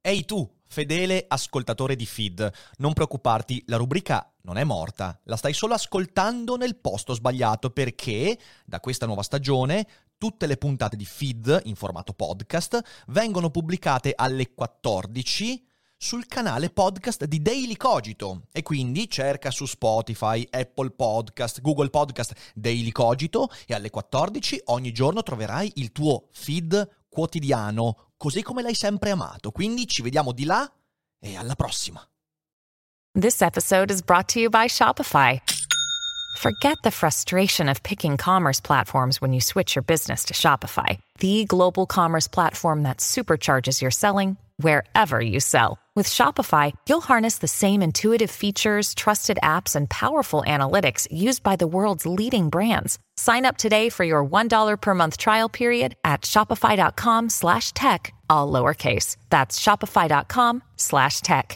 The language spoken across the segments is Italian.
Ehi tu, fedele ascoltatore di Feed, non preoccuparti, la rubrica non è morta, la stai solo ascoltando nel posto sbagliato perché da questa nuova stagione tutte le puntate di Feed in formato podcast vengono pubblicate alle 14 sul canale podcast di Daily Cogito e quindi cerca su Spotify, Apple Podcast, Google Podcast Daily Cogito e alle 14 ogni giorno troverai il tuo feed quotidiano, così come l'hai sempre amato. Quindi ci vediamo di là e alla prossima. This episode is brought to you by Shopify. Forget the frustration of picking commerce platforms when you switch your business to Shopify, the global commerce platform that supercharges your selling wherever you sell. With Shopify, you'll harness the same intuitive features, trusted apps, and powerful analytics used by the world's leading brands. Sign up today for your $1 per month trial period at shopify.com/tech, all lowercase. That's shopify.com/tech.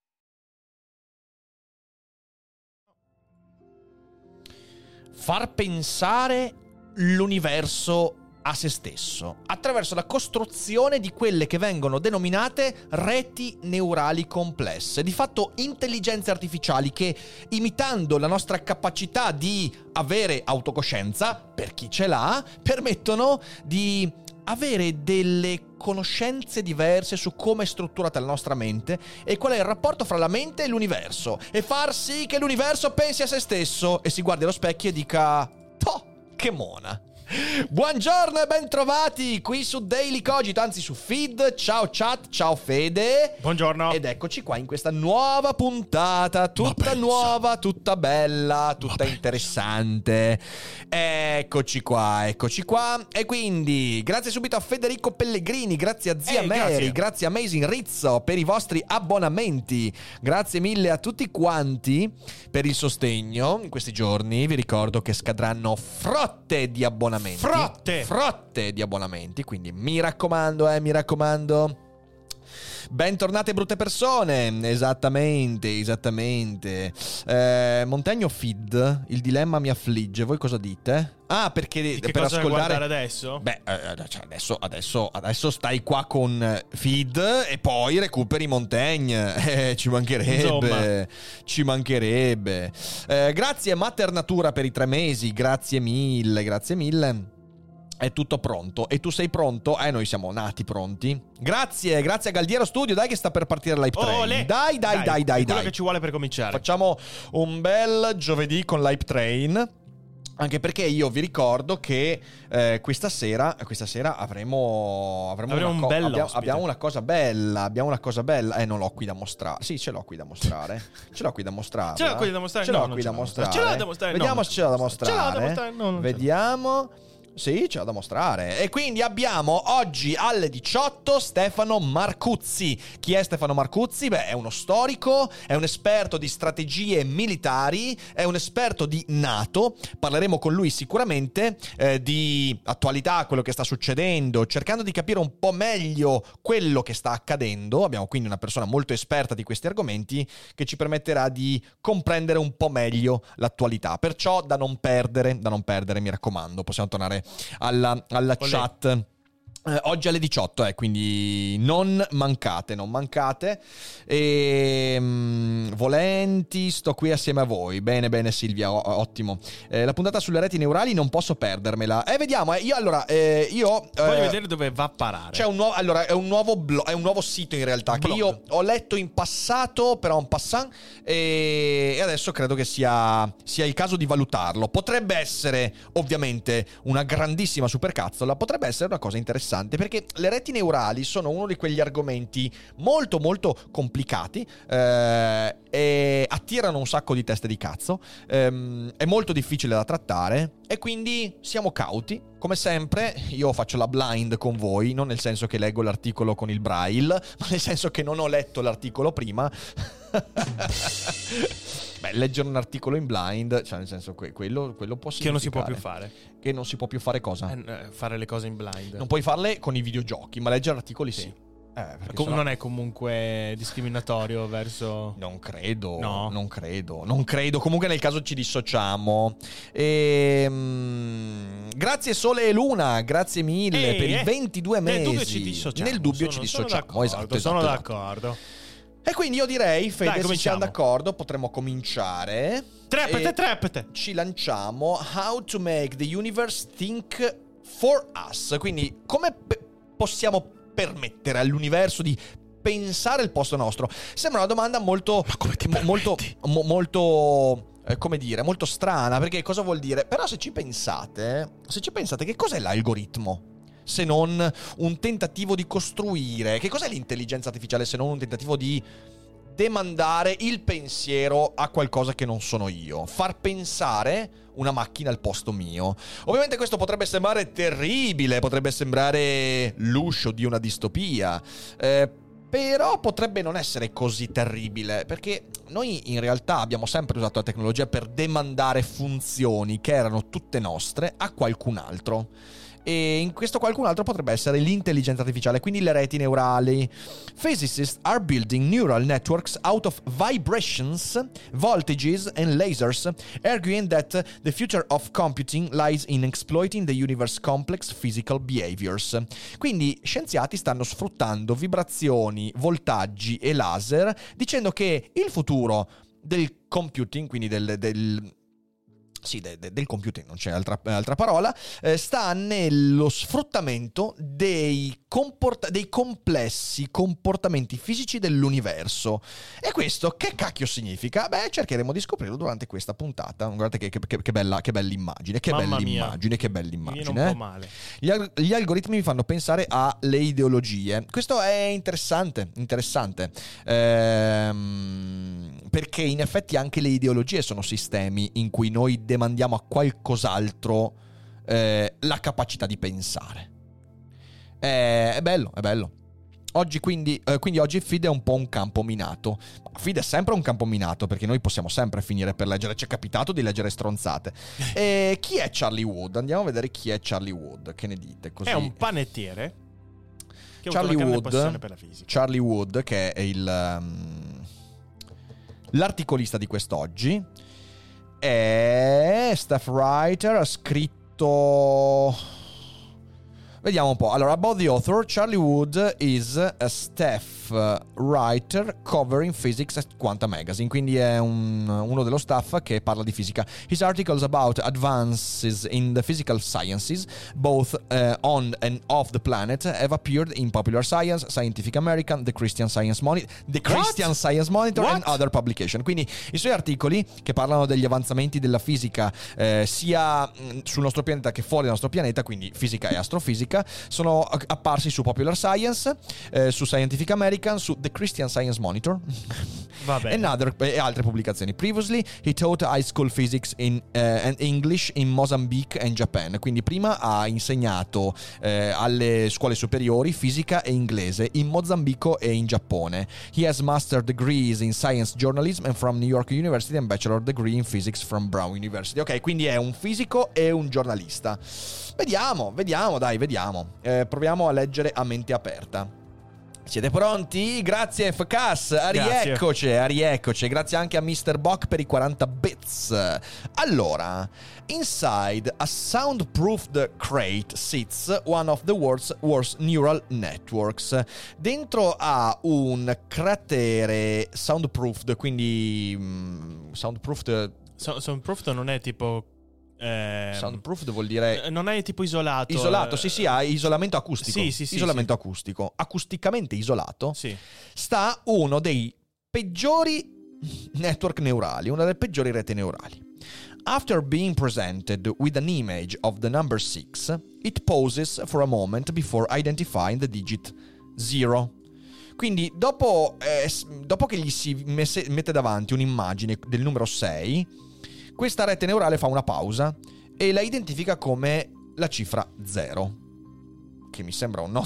Far pensare l'universo a se stesso attraverso la costruzione di quelle che vengono denominate reti neurali complesse, di fatto intelligenze artificiali che, imitando la nostra capacità di avere autocoscienza, per chi ce l'ha, permettono di avere delle conoscenze diverse su come è strutturata la nostra mente e qual è il rapporto fra la mente e l'universo, e far sì che l'universo pensi a se stesso e si guardi allo specchio e dica "Toh, che mona". Buongiorno e bentrovati qui su Daily Cogito, anzi su Feed. Ciao chat, ciao Fede. Buongiorno. Ed eccoci qua in questa nuova puntata, tutta nuova, tutta bella, tutta interessante. Eccoci qua. E quindi grazie subito a Federico Pellegrini, grazie a Zia Mary, grazie a Amazing Rizzo per i vostri abbonamenti. Grazie mille a tutti quanti per il sostegno in questi giorni. Vi ricordo che scadranno frotte di abbonamenti. Frotte di abbonamenti, quindi mi raccomando. Bentornate brutte persone. Esattamente. Montagno Feed, il dilemma mi affligge. Voi cosa dite? Ah, perché che per cosa ascoltare adesso? Beh, adesso stai qua con Feed e poi recuperi Montaigne. Ci mancherebbe. Grazie Mater Natura per i 3 mesi. Grazie mille. È tutto pronto. E tu sei pronto? Noi siamo nati pronti. Grazie a Galdiero Studio. Dai che sta per partire l'Hype Train. Dai. Quello che ci vuole per cominciare. Facciamo un bel giovedì con l'Hype Train. Anche perché io vi ricordo che questa sera avremo una cosa bella. Non l'ho qui da mostrare. Sì, ce l'ho qui da mostrare. Vediamo se ce l'ho da mostrare. Vediamo. Sì, ce l'ho da mostrare. E quindi abbiamo oggi alle 18 Stefano Marcuzzi. Chi è Stefano Marcuzzi? Beh, è uno storico, è un esperto di strategie militari, è un esperto di NATO. Parleremo con lui sicuramente di attualità, quello che sta succedendo, cercando di capire un po' meglio quello che sta accadendo. Abbiamo quindi una persona molto esperta di questi argomenti che ci permetterà di comprendere un po' meglio l'attualità. Perciò da non perdere, mi raccomando. Possiamo tornare alla chat oggi alle 18, quindi non mancate. E volenti sto qui assieme a voi. Bene Silvia, ottimo. La puntata sulle reti neurali non posso perdermela. Vediamo. Voglio vedere dove va a parare. C'è un nuovo, è un nuovo sito in realtà che io ho letto in passato, però en passant, e adesso credo che sia il caso di valutarlo. Potrebbe essere ovviamente una grandissima supercazzola, potrebbe essere una cosa interessante, perché le reti neurali sono uno di quegli argomenti molto molto complicati e attirano un sacco di teste di cazzo. È molto difficile da trattare e quindi siamo cauti. Come sempre io faccio la blind con voi, non nel senso che leggo l'articolo con il braille, ma nel senso che non ho letto l'articolo prima. Beh, leggere un articolo in blind, cioè nel senso quello può significare che non si può più fare. Che non si può più fare cosa? Fare le cose in blind. Non puoi farle con i videogiochi, ma leggere articoli sì. Non è comunque discriminatorio verso... Non credo. No. Non credo. Comunque nel caso ci dissociamo. Grazie Sole e Luna, grazie mille per i 22 mesi. Nel dubbio ci dissociamo. Esatto. Sono d'accordo. E quindi io direi, Fede, se siamo d'accordo, potremmo cominciare. Trepete. Ci lanciamo. How to make the universe think for us. Quindi come possiamo permettere all'universo di pensare il posto nostro? Sembra una domanda molto come dire, molto strana, perché cosa vuol dire? Però se ci pensate, che cos'è l'algoritmo? Se non un tentativo di costruire. Che cos'è l'intelligenza artificiale se non un tentativo di demandare il pensiero a qualcosa che non sono io? Far pensare una macchina al posto mio. Ovviamente questo potrebbe sembrare terribile, potrebbe sembrare l'uscio di una distopia, però potrebbe non essere così terribile, perché noi in realtà abbiamo sempre usato la tecnologia per demandare funzioni che erano tutte nostre a qualcun altro. E in questo qualcun altro potrebbe essere l'intelligenza artificiale, quindi le reti neurali. Physicists are building neural networks out of vibrations, voltages and lasers, arguing that the future of computing lies in exploiting the universe's complex physical behaviors. Quindi scienziati stanno sfruttando vibrazioni, voltaggi e laser, dicendo che il futuro del computing, quindi del computing, non c'è altra parola, sta nello sfruttamento dei complessi comportamenti fisici dell'universo. E questo che cacchio significa? Beh, cercheremo di scoprirlo durante questa puntata. Guardate che bella immagine, che bella immagine. Mi viene un po' male. Gli algoritmi mi fanno pensare alle ideologie. Questo è interessante, perché in effetti anche le ideologie sono sistemi in cui noi demandiamo a qualcos'altro la capacità di pensare. È bello. Oggi quindi oggi Feed è un po' un campo minato. Feed è sempre un campo minato, perché noi possiamo sempre finire per leggere. Ci è capitato di leggere stronzate. Chi è Charlie Wood? Andiamo a vedere chi è Charlie Wood. Che ne dite? Così. È un panettiere che Charlie ha una grande Wood, passione per la fisica. Charlie Wood, che è l'articolista di quest'oggi, è staff writer, ha scritto... Vediamo un po'. Allora, about the author, Charlie Wood is a staff writer covering physics at Quanta Magazine. Quindi è uno dello staff che parla di fisica. His articles about advances in the physical sciences, both on and off the planet, have appeared in Popular Science, Scientific American, The Christian Science Monitor, and other publications. Quindi i suoi articoli, che parlano degli avanzamenti della fisica sia sul nostro pianeta che fuori dal nostro pianeta, quindi fisica e astrofisica, sono apparsi su Popular Science, su Scientific American, su The Christian Science Monitor e altre pubblicazioni. Previously he taught high school physics and English in Mozambique and Japan. Quindi prima ha insegnato alle scuole superiori fisica e inglese in Mozambico e in Giappone. He has master degrees in science journalism and from New York University and bachelor degree in physics from Brown University. Ok, quindi è un fisico e un giornalista. Vediamo. Proviamo a leggere a mente aperta. Siete pronti? Grazie FCAS, rieccoci. Grazie anche a Mr. Bock per i 40 bits. Allora, inside a soundproofed crate sits one of the world's worst neural networks. Dentro a un cratere soundproofed, quindi soundproofed non è tipo... soundproofed vuol dire non è tipo isolato, sì, ha isolamento acustico. Isolamento acustico, acusticamente isolato. Sì. Sta uno dei peggiori network neurali, una delle peggiori reti neurali. After being presented with an image of the number 6, it pauses for a moment before identifying the digit 0. Quindi dopo che gli si mette davanti un'immagine del numero 6, questa rete neurale fa una pausa e la identifica come la cifra 0, che mi sembra un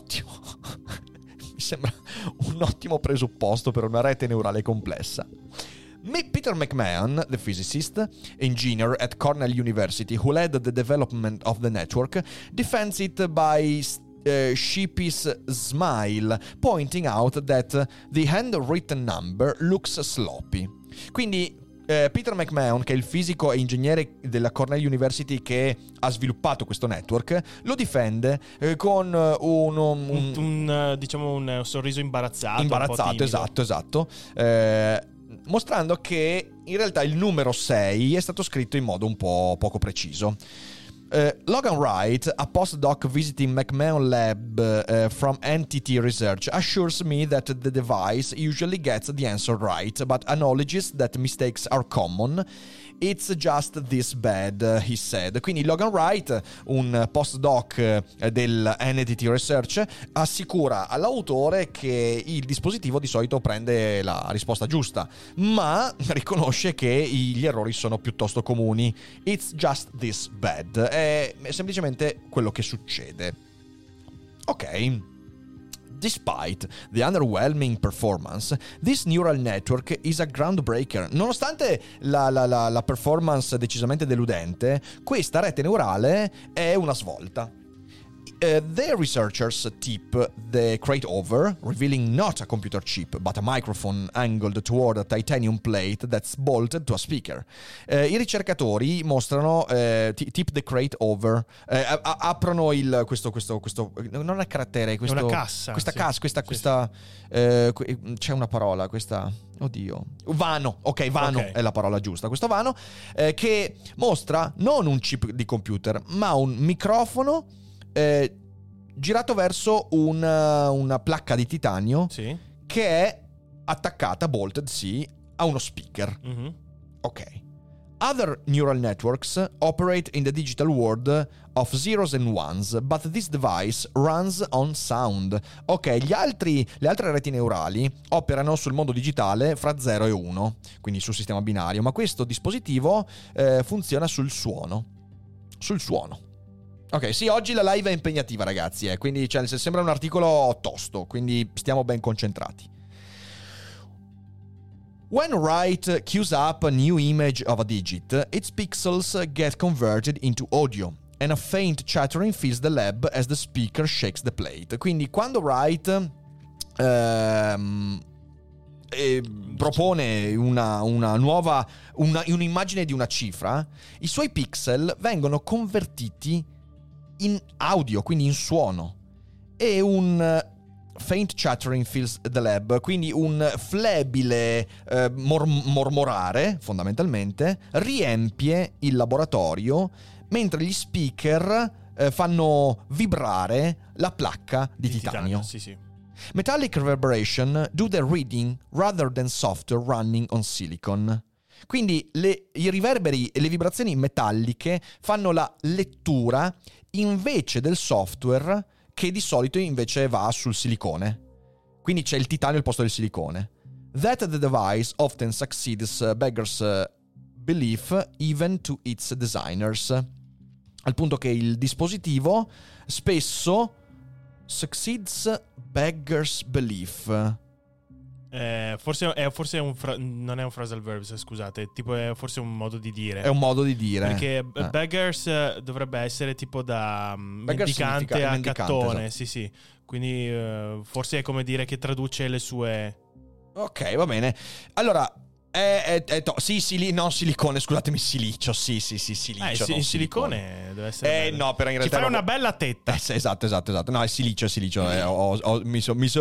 ottimo presupposto per una rete neurale complessa. Peter McMahon, the physicist, engineer at Cornell University, who led the development of the network, defends it by sheepish smile, pointing out that the handwritten number looks sloppy. Quindi Peter McMahon, che è il fisico e ingegnere della Cornell University che ha sviluppato questo network, lo difende con un sorriso imbarazzato, esatto, mostrando che in realtà il numero 6 è stato scritto in modo un po' poco preciso. Logan Wright, a postdoc visiting McMahon lab from NTT Research, assures me that the device usually gets the answer right, but acknowledges that mistakes are common. It's just this bad, he said. Quindi Logan Wright, un postdoc del NTT Research, assicura all'autore che il dispositivo di solito prende la risposta giusta, ma riconosce che gli errori sono piuttosto comuni. It's just this bad. È semplicemente quello che succede. Ok. Despite the underwhelming performance, this neural network is a groundbreaker. Nonostante la performance decisamente deludente, questa rete neurale è una svolta. The researchers tip the crate over, revealing not a computer chip, but a microphone angled toward a titanium plate that's bolted to a speaker. I ricercatori mostrano tip the crate over, aprono questo non è carattere, questo, è una cassa, questa c'è una parola, questa, oddio, vano, ok, vano è la parola giusta, questo vano che mostra non un chip di computer, ma un microfono girato verso una placca di titanio che è attaccata, bolted, a uno speaker. Mm-hmm. Ok. Other neural networks operate in the digital world of zeros and ones, but this device runs on sound. Ok, le altre reti neurali operano sul mondo digitale fra 0 e 1, quindi sul sistema binario, ma questo dispositivo funziona sul suono. Ok, sì, oggi la live è impegnativa, ragazzi, quindi sembra un articolo tosto, quindi stiamo ben concentrati. When Wright queues up a new image of a digit, its pixels get converted into audio, and a faint chattering fills the lab as the speaker shakes the plate. Quindi quando Wright propone una nuova un'immagine di una cifra, i suoi pixel vengono convertiti in audio, quindi in suono, e un faint chattering fills the lab, quindi un flebile mormorare fondamentalmente riempie il laboratorio mentre gli speaker fanno vibrare la placca di titanio. Sì. Metallic reverberation do the reading rather than software running on silicon. Quindi i riverberi e le vibrazioni metalliche fanno la lettura invece del software, che di solito invece va sul silicone. Quindi c'è il titanio al posto del silicone. That the device often succeeds beggars belief even to its designers. Al punto che il dispositivo spesso succeeds beggars belief. Forse non è un phrasal verb, scusate, tipo è forse un modo di dire. È un modo di dire. Perché beggars dovrebbe essere tipo da mendicante a cattone, esatto. Sì. Quindi forse è come dire che traduce le sue. Ok, va bene. Allora non silicone, scusatemi, silicio. Sì, silicio. Il silicone deve essere no, però in realtà ci fai una bella tetta. Esatto. No, è silicio. Mi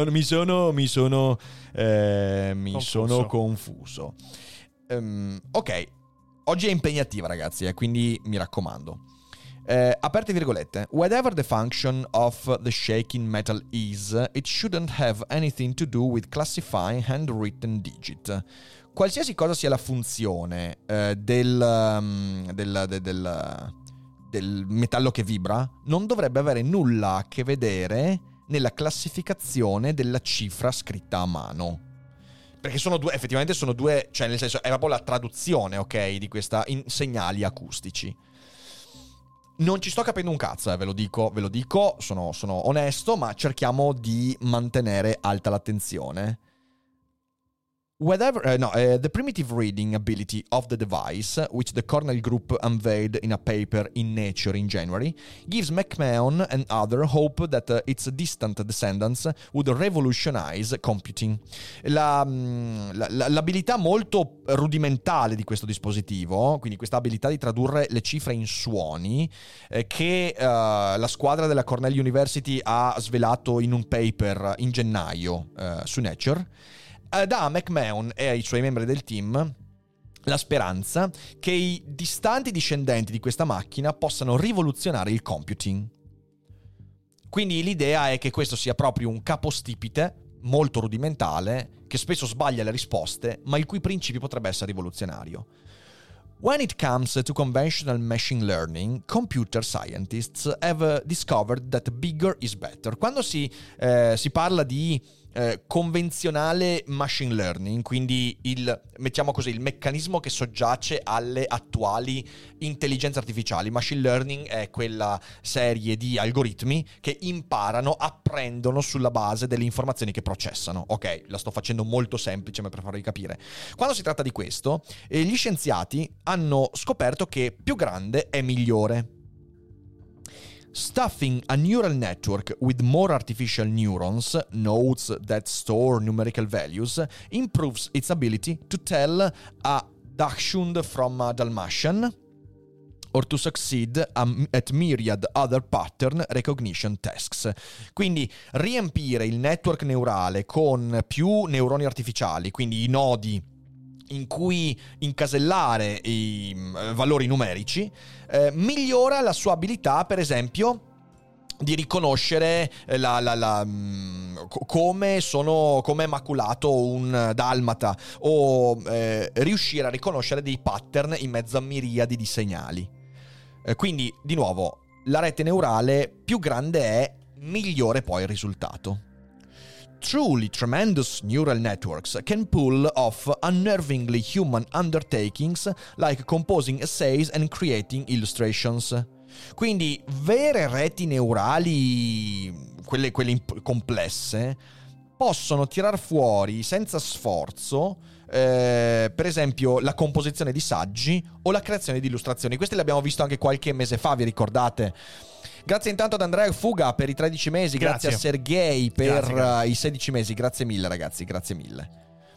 sono confuso. Ok, oggi è impegnativa, ragazzi, quindi mi raccomando. Aperte virgolette. Whatever the function of the shaking metal is, it shouldn't have anything to do with classifying handwritten digit. Qualsiasi cosa sia la funzione del metallo che vibra, non dovrebbe avere nulla a che vedere nella classificazione della cifra scritta a mano. Perché effettivamente sono due, cioè nel senso è proprio la traduzione, ok, di questa in segnali acustici. Non ci sto capendo un cazzo, ve lo dico, sono onesto, ma cerchiamo di mantenere alta l'attenzione. The primitive reading ability of the device, which the Cornell Group unveiled in a paper in Nature in January, gives McMahon and others hope that its distant descendants would revolutionize computing. L'abilità molto rudimentale di questo dispositivo, quindi questa abilità di tradurre le cifre in suoni, che la squadra della Cornell University ha svelato in un paper in gennaio su Nature, dà a McMahon e ai suoi membri del team la speranza che i distanti discendenti di questa macchina possano rivoluzionare il computing. Quindi l'idea è che questo sia proprio un capostipite molto rudimentale, che spesso sbaglia le risposte, ma il cui principio potrebbe essere rivoluzionario. When it comes to conventional machine learning, computer scientists have discovered that bigger is better. Quando si parla di convenzionale machine learning, quindi mettiamo così, il meccanismo che soggiace alle attuali intelligenze artificiali. Machine learning è quella serie di algoritmi che apprendono sulla base delle informazioni che processano. Ok, la sto facendo molto semplice ma per farvi capire. Quando si tratta di questo, gli scienziati hanno scoperto che più grande è migliore. Stuffing a neural network with more artificial neurons, nodes that store numerical values, improves its ability to tell a Dachshund from a Dalmatian or to succeed at myriad other pattern recognition tasks. Quindi riempire il network neurale con più neuroni artificiali, quindi i nodi in cui incasellare i valori numerici, migliora la sua abilità, per esempio, di riconoscere come è maculato un dalmata, o riuscire a riconoscere dei pattern in mezzo a miriadi di segnali. Quindi, di nuovo, la rete neurale più grande è, migliore poi il risultato. Truly tremendous neural networks can pull off unnervingly human undertakings like composing essays and creating illustrations. Quindi vere reti neurali, quelle complesse, possono tirar fuori senza sforzo, per esempio, la composizione di saggi o la creazione di illustrazioni. Queste le abbiamo visto anche qualche mese fa, vi ricordate? Grazie intanto ad Andrea Fuga per i 13 mesi, grazie a Sergei per i 16 mesi, grazie mille ragazzi, grazie mille.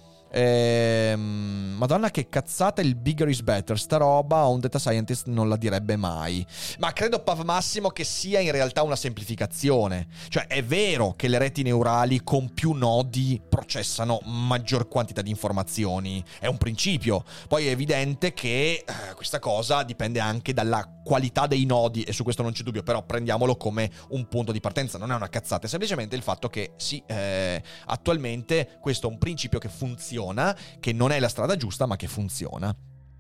Madonna che cazzata, il bigger is better, sta roba un data scientist non la direbbe mai. Ma credo, Pav Massimo, che sia in realtà una semplificazione. Cioè è vero che le reti neurali con più nodi processano maggior quantità di informazioni, è un principio. Poi è evidente che questa cosa dipende anche dalla qualità dei nodi, e su questo non c'è dubbio, però prendiamolo come un punto di partenza, non è una cazzata, è semplicemente il fatto che sì, attualmente questo è un principio che funziona, che non è la strada giusta ma che funziona.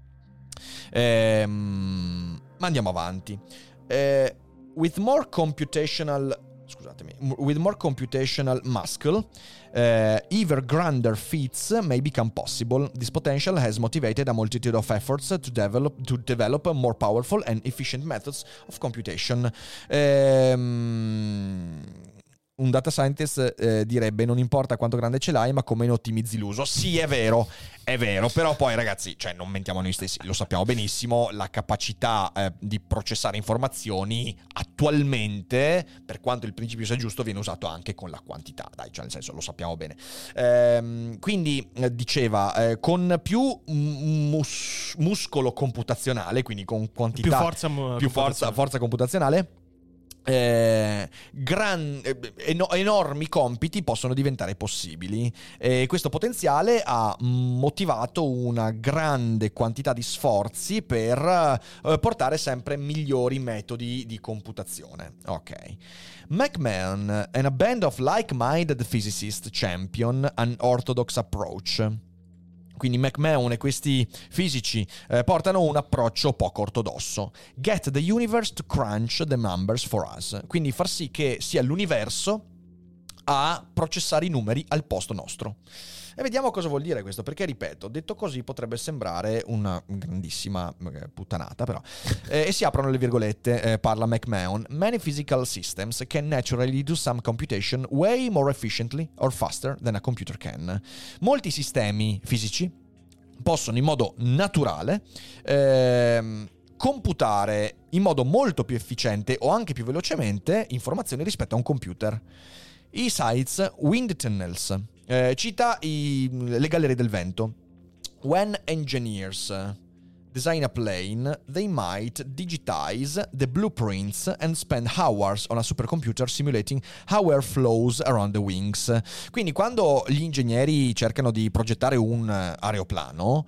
Ma andiamo avanti. With more computational muscle, even grander feats may become possible. This potential has motivated a multitude of efforts to develop more powerful and efficient methods of computation. Un data scientist direbbe: non importa quanto grande ce l'hai, ma come ne ottimizzi l'uso. Sì, è vero, però poi ragazzi, cioè non mentiamo noi stessi, lo sappiamo benissimo, la capacità di processare informazioni attualmente, per quanto il principio sia giusto, viene usato anche con la quantità, dai, cioè nel senso, lo sappiamo bene. Quindi diceva, con più muscolo computazionale, quindi con quantità più forza computazionale, enormi compiti possono diventare possibili. Questo potenziale ha motivato una grande quantità di sforzi per portare sempre migliori metodi di computazione. Ok. McMahon and a band of like-minded physicists champion an orthodox approach. Quindi McMahon e questi fisici portano un approccio poco ortodosso. Get the universe to crunch the numbers for us. Quindi far sì che sia l'universo a processare i numeri al posto nostro. E vediamo cosa vuol dire questo, perché ripeto, detto così potrebbe sembrare una grandissima puttanata, però. E si aprono le virgolette, parla McMahon. Many physical systems can naturally do some computation way more efficiently or faster than a computer can. Molti sistemi fisici possono in modo naturale computare in modo molto più efficiente o anche più velocemente informazioni rispetto a un computer. I sites Wind Tunnels cita le gallerie del vento. When engineers design a plane, they might digitize the blueprints and spend hours on a supercomputer simulating how air flows around the wings. Quindi quando gli ingegneri cercano di progettare un aeroplano,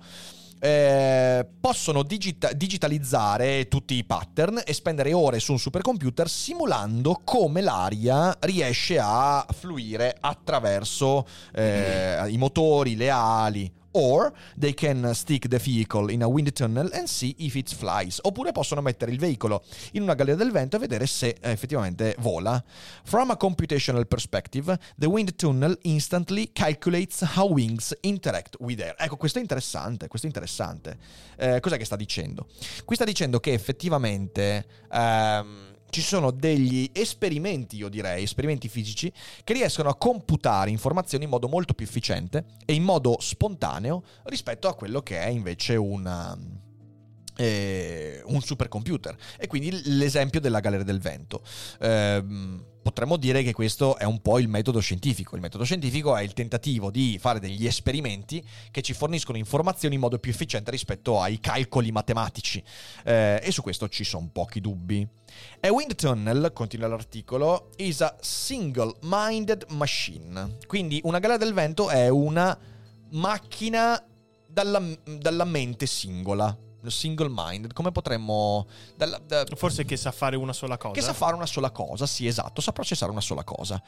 possono digitalizzare tutti i pattern e spendere ore su un supercomputer simulando come l'aria riesce a fluire attraverso i motori, le ali. Or they can stick the vehicle in a wind tunnel and see if it flies. Oppure possono mettere il veicolo in una galleria del vento e vedere se effettivamente vola. From a computational perspective, the wind tunnel instantly calculates how wings interact with air. Ecco, questo è interessante. Cos'è che sta dicendo? Qui sta dicendo che effettivamente ci sono degli esperimenti, io direi, esperimenti fisici, che riescono a computare informazioni in modo molto più efficiente e in modo spontaneo rispetto a quello che è invece un supercomputer. E quindi l'esempio della galleria del vento. Potremmo dire che questo è un po' il metodo scientifico. Il metodo scientifico è il tentativo di fare degli esperimenti che ci forniscono informazioni in modo più efficiente rispetto ai calcoli matematici. E su questo ci sono pochi dubbi. A wind tunnel, continua l'articolo, is a single-minded machine. Quindi una galleria del vento è una macchina dalla mente singola. Single minded, come potremmo forse che sa fare una sola cosa. Che sa fare una sola cosa, sì, esatto, sa processare una sola cosa.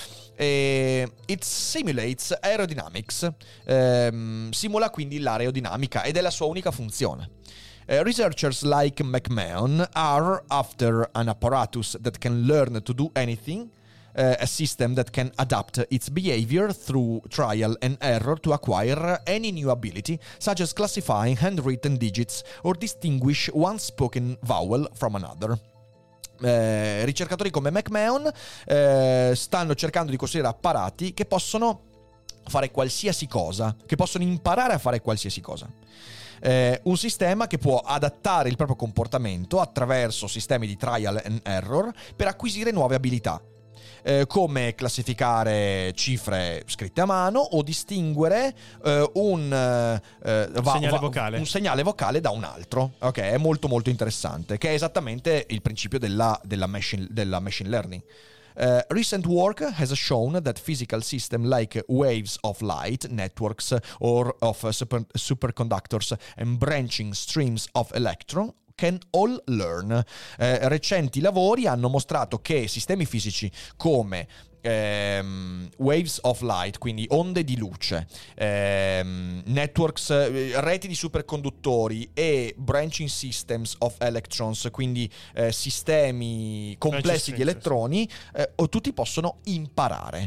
It simulates aerodynamics, simula quindi l'aerodinamica ed è la sua unica funzione. Researchers like McMahon are after an apparatus that can learn to do anything, a system that can adapt its behavior through trial and error to acquire any new ability, such as classifying handwritten digits or distinguish one spoken vowel from another. Ricercatori come McMahon stanno cercando di costruire apparati che possono fare qualsiasi cosa, che possono imparare a fare qualsiasi cosa. Un sistema che può adattare il proprio comportamento attraverso sistemi di trial and error per acquisire nuove abilità, come classificare cifre scritte a mano o distinguere un segnale vocale da un altro. Ok, è molto molto interessante, che è esattamente il principio della machine learning. Recent work has shown that physical systems like waves of light, networks or of superconductors and branching streams of electrons can all learn. Recenti lavori hanno mostrato che sistemi fisici come waves of light, quindi onde di luce, networks, reti di superconduttori e branching systems of electrons, quindi sistemi complessi di elettroni, tutti possono imparare.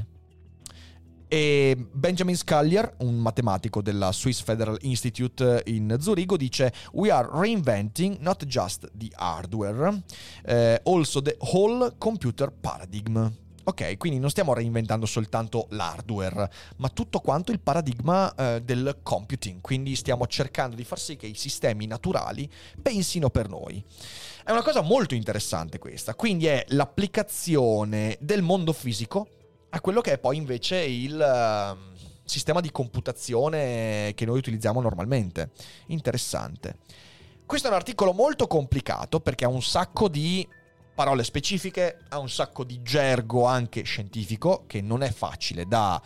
E Benjamin Scaglier, un matematico della Swiss Federal Institute in Zurigo, dice: "We are reinventing not just the hardware, also the whole computer paradigm." Ok, quindi non stiamo reinventando soltanto l'hardware, ma tutto quanto il paradigma del computing. Quindi stiamo cercando di far sì che i sistemi naturali pensino per noi. È una cosa molto interessante questa. Quindi è l'applicazione del mondo fisico a quello che è poi invece il sistema di computazione che noi utilizziamo normalmente. Interessante. Questo è un articolo molto complicato perché ha un sacco di parole specifiche, ha un sacco di gergo anche scientifico che non è facile da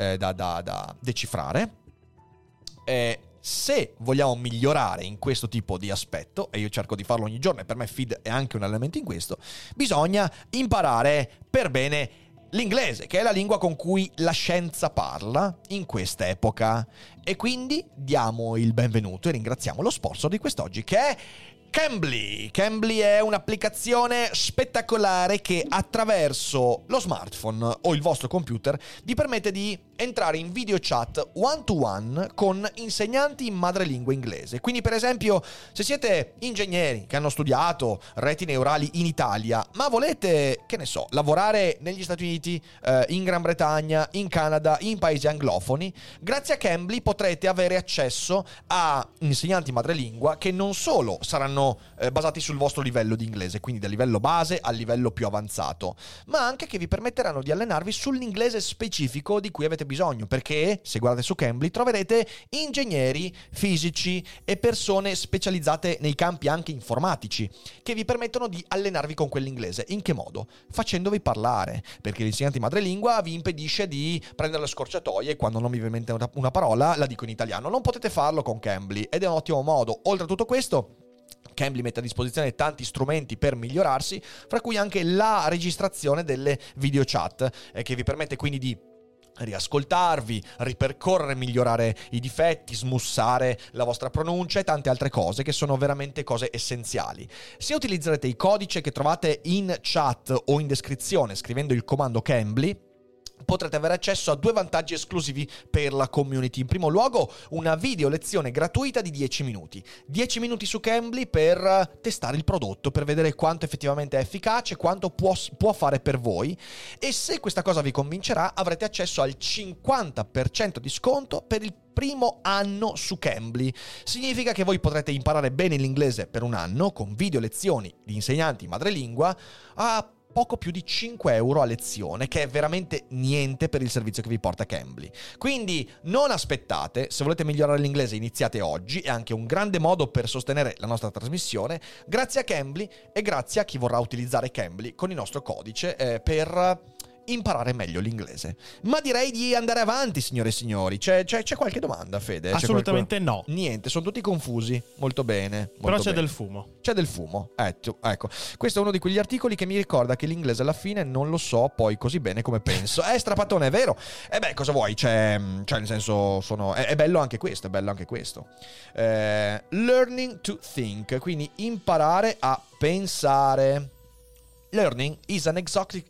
decifrare. Se vogliamo migliorare in questo tipo di aspetto, e io cerco di farlo ogni giorno e per me Feed è anche un elemento in questo, bisogna imparare per bene l'inglese, che è la lingua con cui la scienza parla in questa epoca. E quindi diamo il benvenuto e ringraziamo lo sponsor di quest'oggi, che è Cambly. Cambly è un'applicazione spettacolare che attraverso lo smartphone o il vostro computer vi permette di entrare in video chat one-to-one con insegnanti in madrelingua inglese. Quindi, per esempio, se siete ingegneri che hanno studiato reti neurali in Italia, ma volete, che ne so, lavorare negli Stati Uniti, in Gran Bretagna, in Canada, in paesi anglofoni, grazie a Cambly potrete avere accesso a insegnanti madrelingua che non solo saranno basati sul vostro livello di inglese, quindi dal livello base al livello più avanzato, ma anche che vi permetteranno di allenarvi sull'inglese specifico di cui avete bisogno, perché se guardate su Cambly troverete ingegneri, fisici e persone specializzate nei campi anche informatici che vi permettono di allenarvi con quell'inglese. In che modo? Facendovi parlare, perché l'insegnante madrelingua vi impedisce di prendere le scorciatoie e quando non vi viene in mente una parola la dico in italiano. Non potete farlo con Cambly ed è un ottimo modo. Oltre a tutto questo, Cambly mette a disposizione tanti strumenti per migliorarsi, fra cui anche la registrazione delle video chat, che vi permette quindi di riascoltarvi, ripercorrere, migliorare i difetti, smussare la vostra pronuncia e tante altre cose che sono veramente cose essenziali. Se utilizzerete il codice che trovate in chat o in descrizione scrivendo il comando Cambly, potrete avere accesso a 2 vantaggi esclusivi per la community. In primo luogo, una video lezione gratuita di 10 minuti. 10 minuti su Cambly per testare il prodotto, per vedere quanto effettivamente è efficace, quanto può fare per voi. E se questa cosa vi convincerà, avrete accesso al 50% di sconto per il primo anno su Cambly. Significa che voi potrete imparare bene l'inglese per un anno con video lezioni di insegnanti madrelingua a poco più di 5 euro a lezione, che è veramente niente per il servizio che vi porta Cambly. Quindi non aspettate, se volete migliorare l'inglese iniziate oggi, è anche un grande modo per sostenere la nostra trasmissione, grazie a Cambly e grazie a chi vorrà utilizzare Cambly con il nostro codice per imparare meglio l'inglese. Ma direi di andare avanti, signore e signori. C'è qualche domanda, Fede? Assolutamente no. Niente, sono tutti confusi. Molto bene. Però c'è del fumo. C'è del fumo. Ecco. Questo è uno di quegli articoli che mi ricorda che l'inglese alla fine non lo so poi così bene come penso. Strapattone, è vero? Cosa vuoi? Nel senso, è bello anche questo, learning to think, quindi imparare a pensare. Learning is an exotic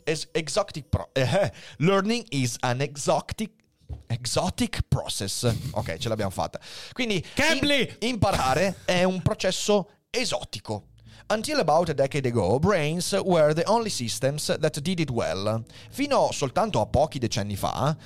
process. Ok, ce l'abbiamo fatta. Quindi imparare è un processo esotico. Until about a decade ago, brains were the only systems that did it well. Fino soltanto a pochi decenni fa,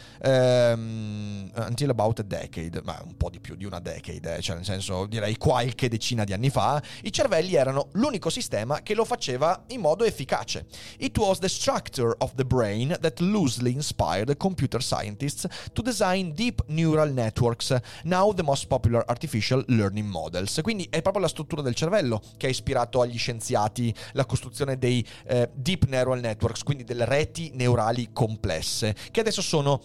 until about a decade, ma un po' di più di una decade, nel senso direi qualche decina di anni fa, i cervelli erano l'unico sistema che lo faceva in modo efficace. It was the structure of the brain that loosely inspired computer scientists to design deep neural networks, now the most popular artificial learning models. Quindi è proprio la struttura del cervello che ha ispirato agli scienziati la costruzione dei deep neural networks, quindi delle reti neurali complesse, che adesso sono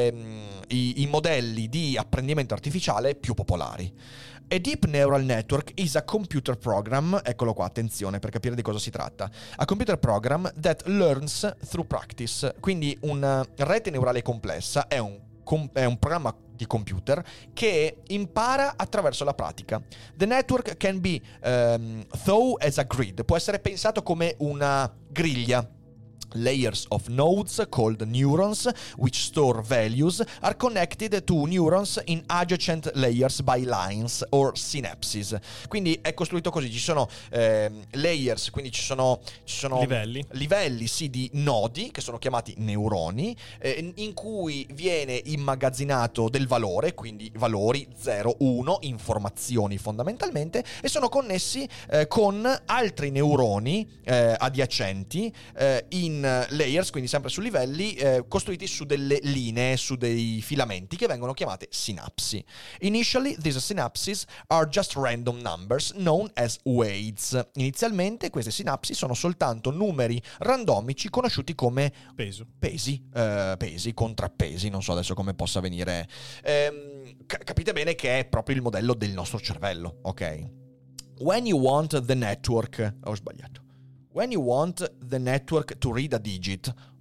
i modelli di apprendimento artificiale più popolari. A deep neural network is a computer program, eccolo qua, attenzione per capire di cosa si tratta. A computer program that learns through practice, quindi una rete neurale complessa è un programma di computer che impara attraverso la pratica. The network can be thought as a grid, può essere pensato come una griglia. Layers of nodes called neurons, which store values, are connected to neurons in adjacent layers by lines or synapses. Quindi è costruito così, ci sono layers, quindi ci sono livelli sì, di nodi che sono chiamati neuroni, in cui viene immagazzinato del valore, quindi valori 0, 1, informazioni fondamentalmente, e sono connessi con altri neuroni adiacenti in layers, quindi sempre su livelli costruiti su delle linee, su dei filamenti che vengono chiamate sinapsi. Initially, these synapses are just random numbers known as weights. Inizialmente queste sinapsi sono soltanto numeri randomici conosciuti come pesi, contrappesi, non so adesso come possa venire. Capite bene che è proprio il modello del nostro cervello, ok? When you want the network to read a digit,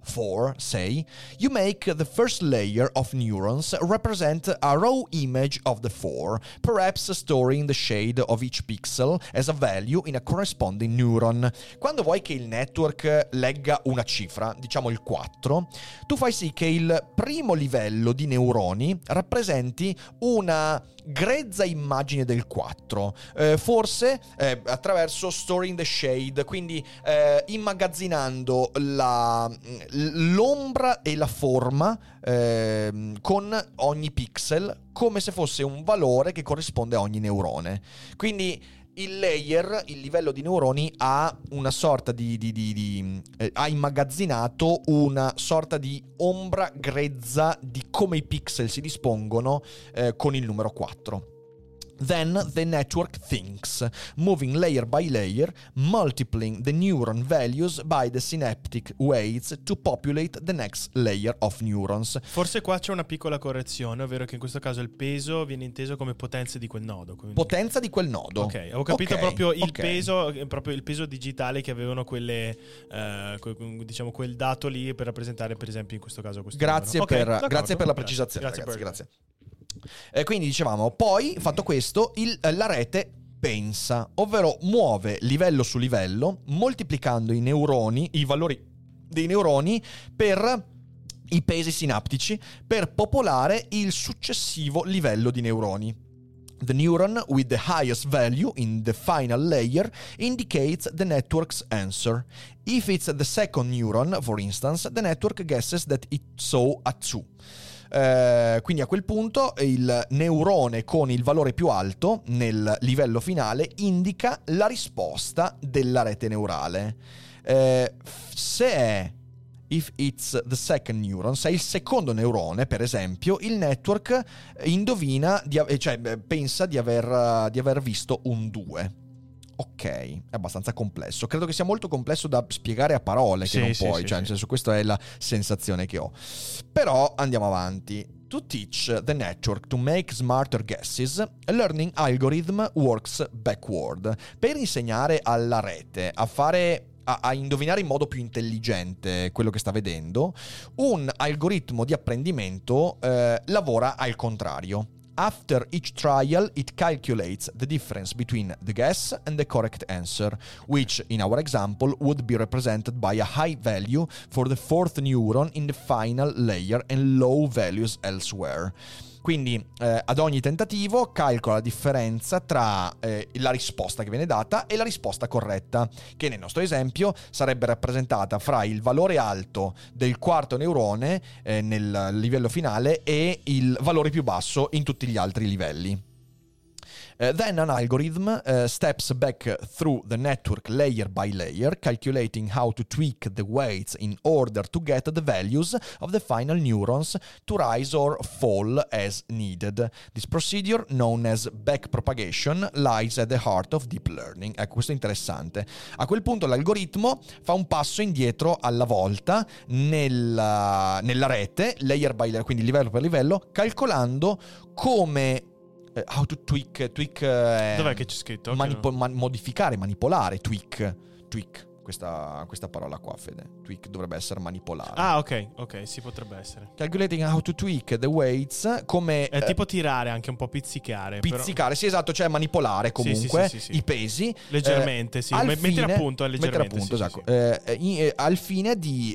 4, say, you make the first layer of neurons represent a raw image of the 4, perhaps storing the shade of each pixel as a value in a corresponding neuron. Quando vuoi che il network legga una cifra, diciamo il 4, tu fai sì che il primo livello di neuroni rappresenti una grezza immagine del 4, forse attraverso storing the shade, quindi immagazzinando l'ombra e la forma con ogni pixel come se fosse un valore che corrisponde a ogni neurone. Quindi il layer, il livello di neuroni, ha una sorta ha immagazzinato una sorta di ombra grezza di come i pixel si dispongono con il numero 4. Then the network thinks, moving layer by layer, multiplying the neuron values by the synaptic weights to populate the next layer of neurons. Forse qua c'è una piccola correzione, ovvero che in questo caso il peso viene inteso come potenza di quel nodo. Quindi... Potenza di quel nodo. Ok, ho capito proprio il peso, proprio il peso digitale che avevano quelle, diciamo quel dato lì per rappresentare, per esempio, in questo caso questo grazie numero. Grazie per la precisazione, grazie. Quindi dicevamo, poi fatto questo, la rete pensa, ovvero muove livello su livello, moltiplicando i valori dei neuroni per i pesi sinaptici, per popolare il successivo livello di neuroni. The neuron with the highest value in the final layer indicates the network's answer. If it's the second neuron, for instance, the network guesses that it saw a 2. Quindi a quel punto il neurone con il valore più alto nel livello finale indica la risposta della rete neurale. If it's the second neuron, se è il secondo neurone, per esempio, il network indovina, pensa di aver visto un 2. Ok, è abbastanza complesso. Credo che sia molto complesso da spiegare a parole, che non puoi, nel senso, questa è la sensazione che ho. Però andiamo avanti. To teach the network to make smarter guesses, a learning algorithm works backward. Per insegnare alla rete a indovinare in modo più intelligente quello che sta vedendo, un algoritmo di apprendimento lavora al contrario. After each trial, it calculates the difference between the guess and the correct answer, which, in our example, would be represented by a high value for the fourth neuron in the final layer and low values elsewhere. Quindi ad ogni tentativo calcola la differenza tra la risposta che viene data e la risposta corretta, che nel nostro esempio sarebbe rappresentata fra il valore alto del quarto neurone nel livello finale e il valore più basso in tutti gli altri livelli. Then an algorithm steps back through the network layer by layer, calculating how to tweak the weights in order to get the values of the final neurons to rise or fall as needed. This procedure, known as backpropagation, lies at the heart of deep learning. Ecco, questo è interessante. A quel punto l'algoritmo fa un passo indietro alla volta nella rete, layer by layer, quindi livello per livello, calcolando come... how to tweak dov'è che c'è scritto? Modificare, manipolare, tweak questa parola qua, Fede. Tweak dovrebbe essere manipolare. Ah, ok, sì, potrebbe essere. Calculating how to tweak the weights, come è tipo tirare, anche un po' pizzicare, però. Sì, esatto, cioè manipolare comunque sì. I pesi leggermente, sì, mettere a punto leggermente, esatto. Al fine di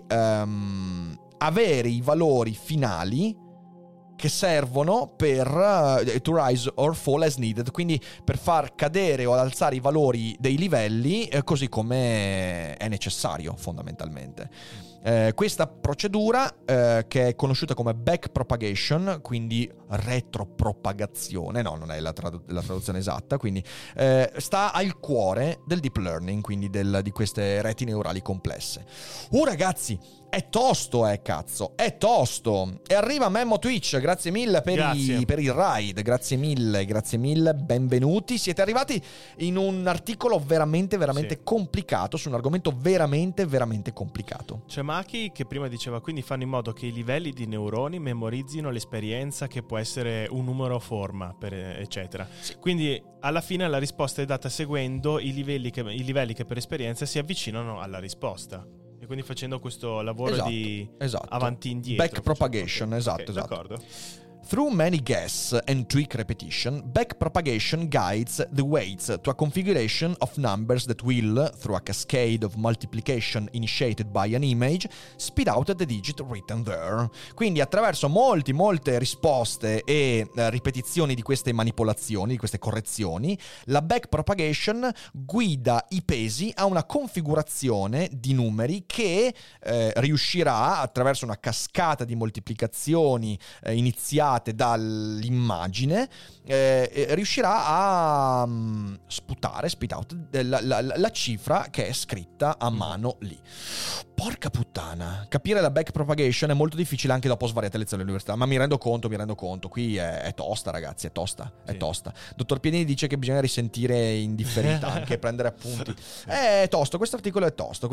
avere i valori finali che servono per to rise or fall as needed, quindi per far cadere o alzare i valori dei livelli così come è necessario, fondamentalmente. Questa procedura, che è conosciuta come backpropagation, quindi retropropagazione, no, non è la traduzione esatta, quindi sta al cuore del deep learning, quindi di queste reti neurali complesse. Ragazzi, è tosto, cazzo, è tosto. E arriva Memmo Twitch, grazie mille per il ride, grazie mille, benvenuti. Siete arrivati in un articolo veramente complicato, su un argomento veramente complicato. C'è Maki che prima diceva, quindi fanno in modo che i livelli di neuroni memorizzino l'esperienza, che può essere un numero forma, eccetera. Sì. Quindi alla fine la risposta è data seguendo i livelli che per esperienza si avvicinano alla risposta. E quindi facendo questo lavoro di avanti e indietro. Back propagation, esatto. D'accordo. Through many guess and tweak repetition, backpropagation guides the weights to a configuration of numbers that will, through a cascade of multiplication initiated by an image, speed out the digit written there. Quindi attraverso molte risposte e ripetizioni di queste manipolazioni, di queste correzioni, la backpropagation guida i pesi a una configurazione di numeri che riuscirà, attraverso una cascata di moltiplicazioni iniziate dall'immagine, riuscirà a sputare, spit out, la cifra che è scritta a mano lì. Porca puttana, capire la backpropagation è molto difficile anche dopo svariate lezioni all'università, ma mi rendo conto, qui è tosta, ragazzi, è tosta. Dottor Piedini dice che bisogna risentire in differita, anche prendere appunti. È tosto, questo articolo è tosto.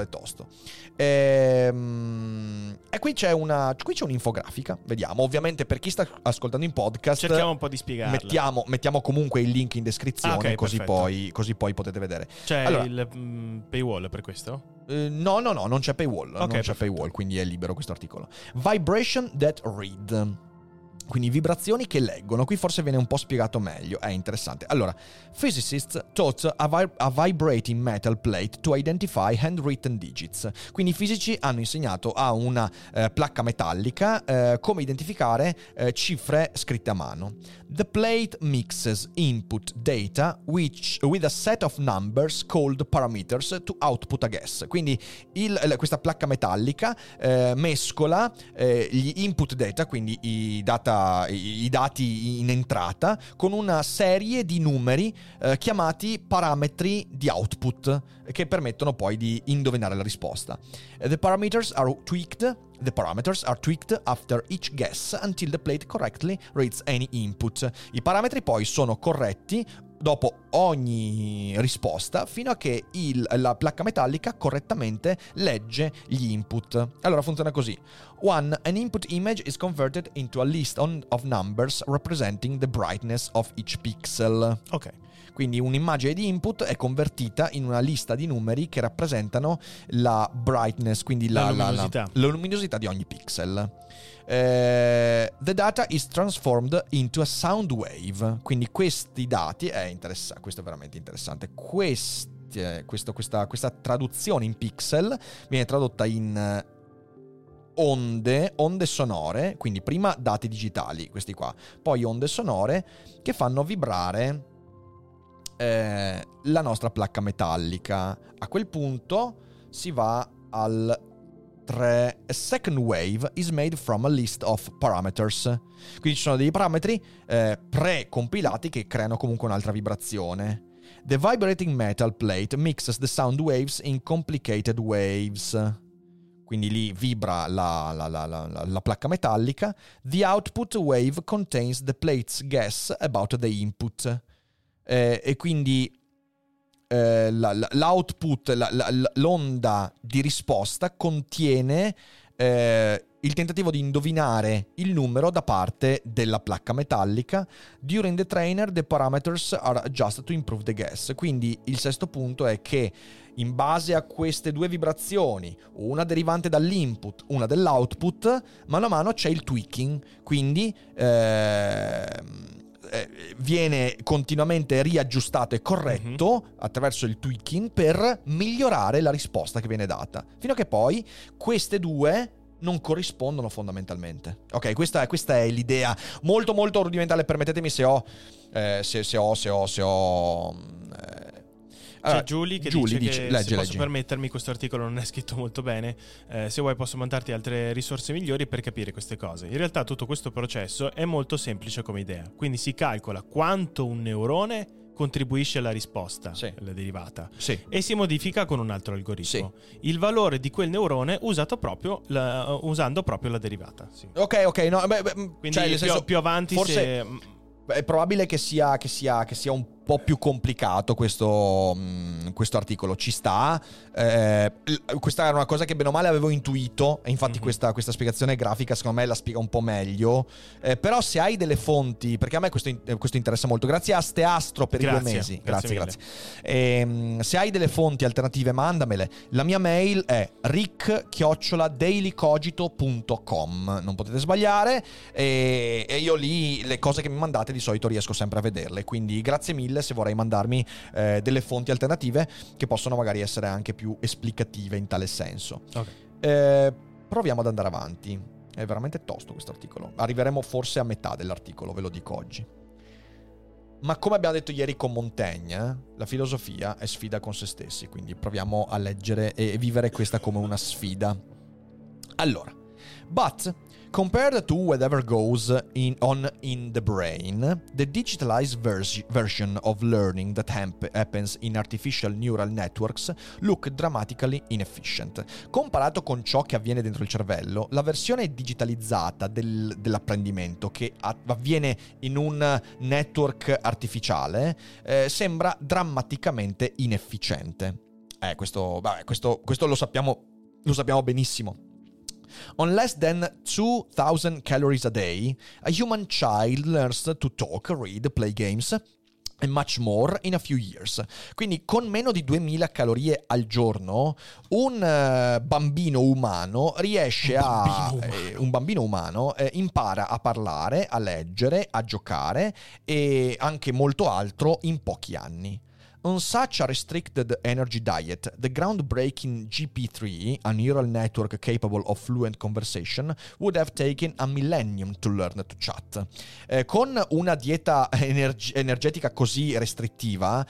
E qui c'è un'infografica, vediamo, ovviamente per chi sta ascoltando in podcast cerchiamo un po' di spiegarla. Mettiamo comunque il link in descrizione, così poi potete vedere. C'è il paywall per questo? No, non c'è paywall, paywall, quindi è libero questo articolo. Vibration that read. Quindi vibrazioni che leggono. Qui forse viene un po' spiegato meglio, è interessante. Allora, physicists taught a vibrating metal plate to identify handwritten digits. Quindi i fisici hanno insegnato a una placca metallica come identificare cifre scritte a mano. The plate mixes input data with a set of numbers called parameters to output a guess. Quindi questa placca metallica mescola gli input data, quindi i dati in entrata, con una serie di numeri chiamati parametri di output, che permettono poi di indovinare la risposta. The parameters are tweaked after each guess until the plate correctly reads any input. I parametri poi sono corretti dopo ogni risposta fino a che la placca metallica correttamente legge gli input. Allora funziona così. 1. An input image is converted into a list of numbers representing the brightness of each pixel. Ok. Quindi un'immagine di input è convertita in una lista di numeri che rappresentano la brightness, quindi la luminosità di ogni pixel. The data is transformed into a sound wave. Quindi questi dati questo è veramente interessante. Questa traduzione in pixel viene tradotta in onde sonore, quindi prima dati digitali, questi qua, poi onde sonore che fanno vibrare la nostra placca metallica. A quel punto si va al 3. A second wave is made from a list of parameters. Quindi ci sono dei parametri precompilati che creano comunque un'altra vibrazione. The vibrating metal plate mixes the sound waves in complicated waves. Quindi lì vibra la placca metallica. The output wave contains the plate's guess about the input. E quindi l'output, l'onda di risposta contiene il tentativo di indovinare il numero da parte della placca metallica. During the trainer the parameters are adjusted to improve the guess. Quindi il sesto punto è che in base a queste due vibrazioni, una derivante dall'input, una dall'output, mano a mano c'è il tweaking, quindi viene continuamente riaggiustato e corretto attraverso il tweaking per migliorare la risposta che viene data, fino a che poi queste due non corrispondono fondamentalmente. Ok, questa è l'idea molto molto rudimentale. Permettetemi se ho c'è Giulia che dice che leggi. Posso permettermi, questo articolo non è scritto molto bene, se vuoi posso mandarti altre risorse migliori per capire queste cose. In realtà tutto questo processo è molto semplice come idea, quindi si calcola quanto un neurone contribuisce alla risposta, la derivata, e si modifica con un altro algoritmo il valore di quel neurone usando proprio la derivata. Ok, no, quindi più avanti forse è probabile che sia un po' più complicato questo articolo, ci sta. Questa era una cosa che bene o male avevo intuito, e infatti questa spiegazione grafica secondo me la spiega un po' meglio. Però se hai delle fonti, perché a me questo interessa molto, grazie a Steastro per i 2 mesi, grazie. Se hai delle fonti alternative mandamele. La mia mail è rick@dailycogito.com, non potete sbagliare, e io lì le cose che mi mandate di solito riesco sempre a vederle, quindi grazie mille se vorrei mandarmi delle fonti alternative che possono magari essere anche più esplicative in tale senso. Okay. Proviamo ad andare avanti. È veramente tosto questo articolo. Arriveremo forse a metà dell'articolo, ve lo dico oggi. Ma come abbiamo detto ieri con Montaigne, la filosofia è sfida con se stessi, quindi proviamo a leggere e vivere questa come una sfida. Allora, but compared to whatever goes on in the brain, the digitalized version of learning that happens in artificial neural networks look dramatically inefficient. Comparato con ciò che avviene dentro il cervello, la versione digitalizzata dell'apprendimento che avviene in un network artificiale sembra drammaticamente inefficiente. Questo lo sappiamo benissimo. On less than 2,000 calories a day, a human child learns to talk, read, play games and much more in a few years. Quindi con meno di 2000 calorie al giorno un bambino umano riesce impara a parlare, a leggere, a giocare e anche molto altro in pochi anni. On such a restricted energy diet, the groundbreaking GPT, a neural network capable of fluent conversation, would have taken a millennium to learn to chat. Con una dieta energetica così restrittiva,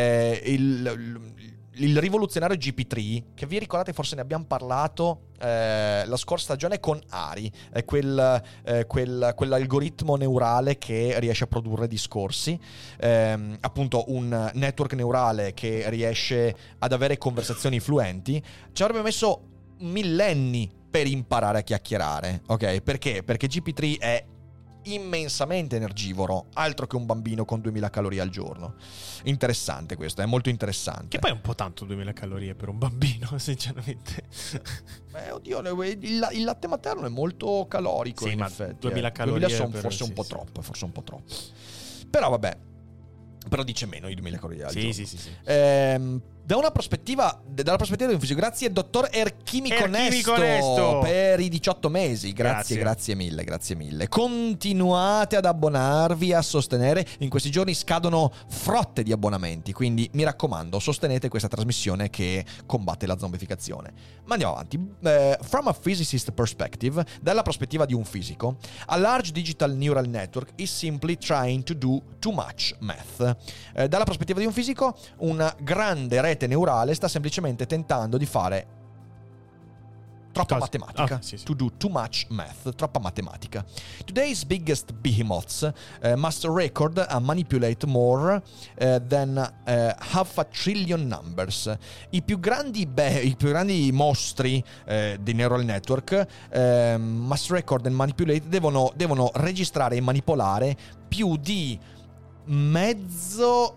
il rivoluzionario GP3, che vi ricordate, forse ne abbiamo parlato la scorsa stagione con Ari, quell'algoritmo neurale che riesce a produrre discorsi, appunto un network neurale che riesce ad avere conversazioni fluenti. Ci avrebbe messo millenni per imparare a chiacchierare, ok? Perché? Perché GP3 è immensamente energivoro, altro che un bambino con 2000 calorie al giorno. Interessante questo, è molto interessante. Che poi è un po' tanto 2000 calorie per un bambino, sinceramente. Oddio, il latte materno è molto calorico, sì, in ma effetti. 2000 calorie sono forse un po' troppo, Però vabbè, però dice meno di 2000 calorie al giorno. Sì. Dalla prospettiva di un fisico, grazie dottor Erchimico Nesto per i 18 mesi. Grazie mille. Continuate ad abbonarvi, a sostenere. In questi giorni scadono frotte di abbonamenti, quindi mi raccomando, sostenete questa trasmissione che combatte la zombificazione. Ma andiamo avanti. From a physicist perspective, dalla prospettiva di un fisico, a large digital neural network is simply trying to do too much math. Dalla prospettiva di un fisico, una grande rete neurale sta semplicemente tentando di fare troppa matematica. To do too much math, troppa matematica. Today's biggest behemoths must record and manipulate more than half a trillion numbers. I più grandi mostri di neural network must record and manipulate devono registrare e manipolare più di mezzo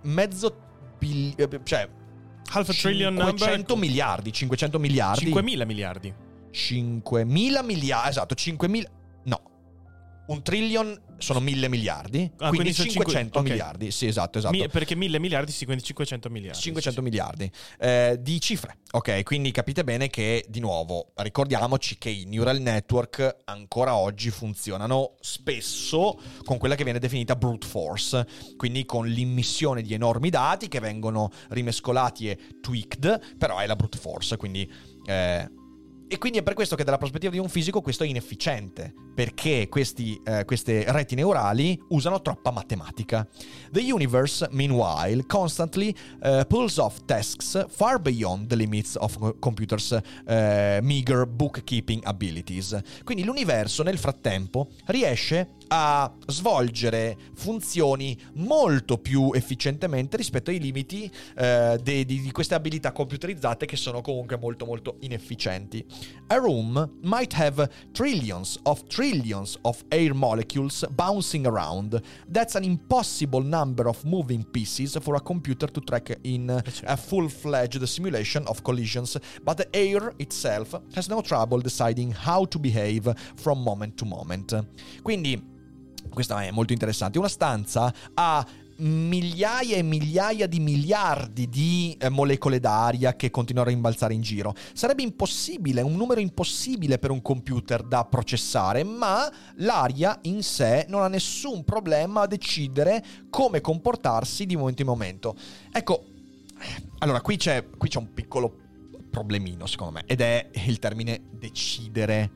cioè half a trillion 500 miliardi 500 miliardi 5.000 miliardi 5.000 miliardi, esatto, 5.000, no, un trillion sono 1.000 miliardi, quindi 500 miliardi, okay. Sì, esatto. Perché 1.000 miliardi, quindi 500 miliardi. 500 miliardi di cifre, ok? Quindi capite bene che, di nuovo, ricordiamoci che i neural network ancora oggi funzionano spesso con quella che viene definita brute force, quindi con l'immissione di enormi dati che vengono rimescolati e tweaked, però è la brute force, quindi... E quindi è per questo che dalla prospettiva di un fisico questo è inefficiente, perché queste reti neurali usano troppa matematica. The universe, meanwhile, constantly pulls off tasks far beyond the limits of computers' meager bookkeeping abilities. Quindi l'universo nel frattempo riesce a svolgere funzioni molto più efficientemente rispetto ai limiti di queste abilità computerizzate che sono comunque molto molto inefficienti. A room might have trillions of air molecules bouncing around. That's an impossible number of moving pieces for a computer to track in a full-fledged simulation of collisions, but the air itself has no trouble deciding how to behave from moment to moment. Quindi questo è molto interessante. Una stanza ha migliaia e migliaia di miliardi di molecole d'aria che continuano a rimbalzare in giro. Sarebbe impossibile, un numero impossibile per un computer da processare, ma l'aria in sé non ha nessun problema a decidere come comportarsi di momento in momento. Ecco, allora qui c'è un piccolo problemino secondo me, ed è il termine decidere.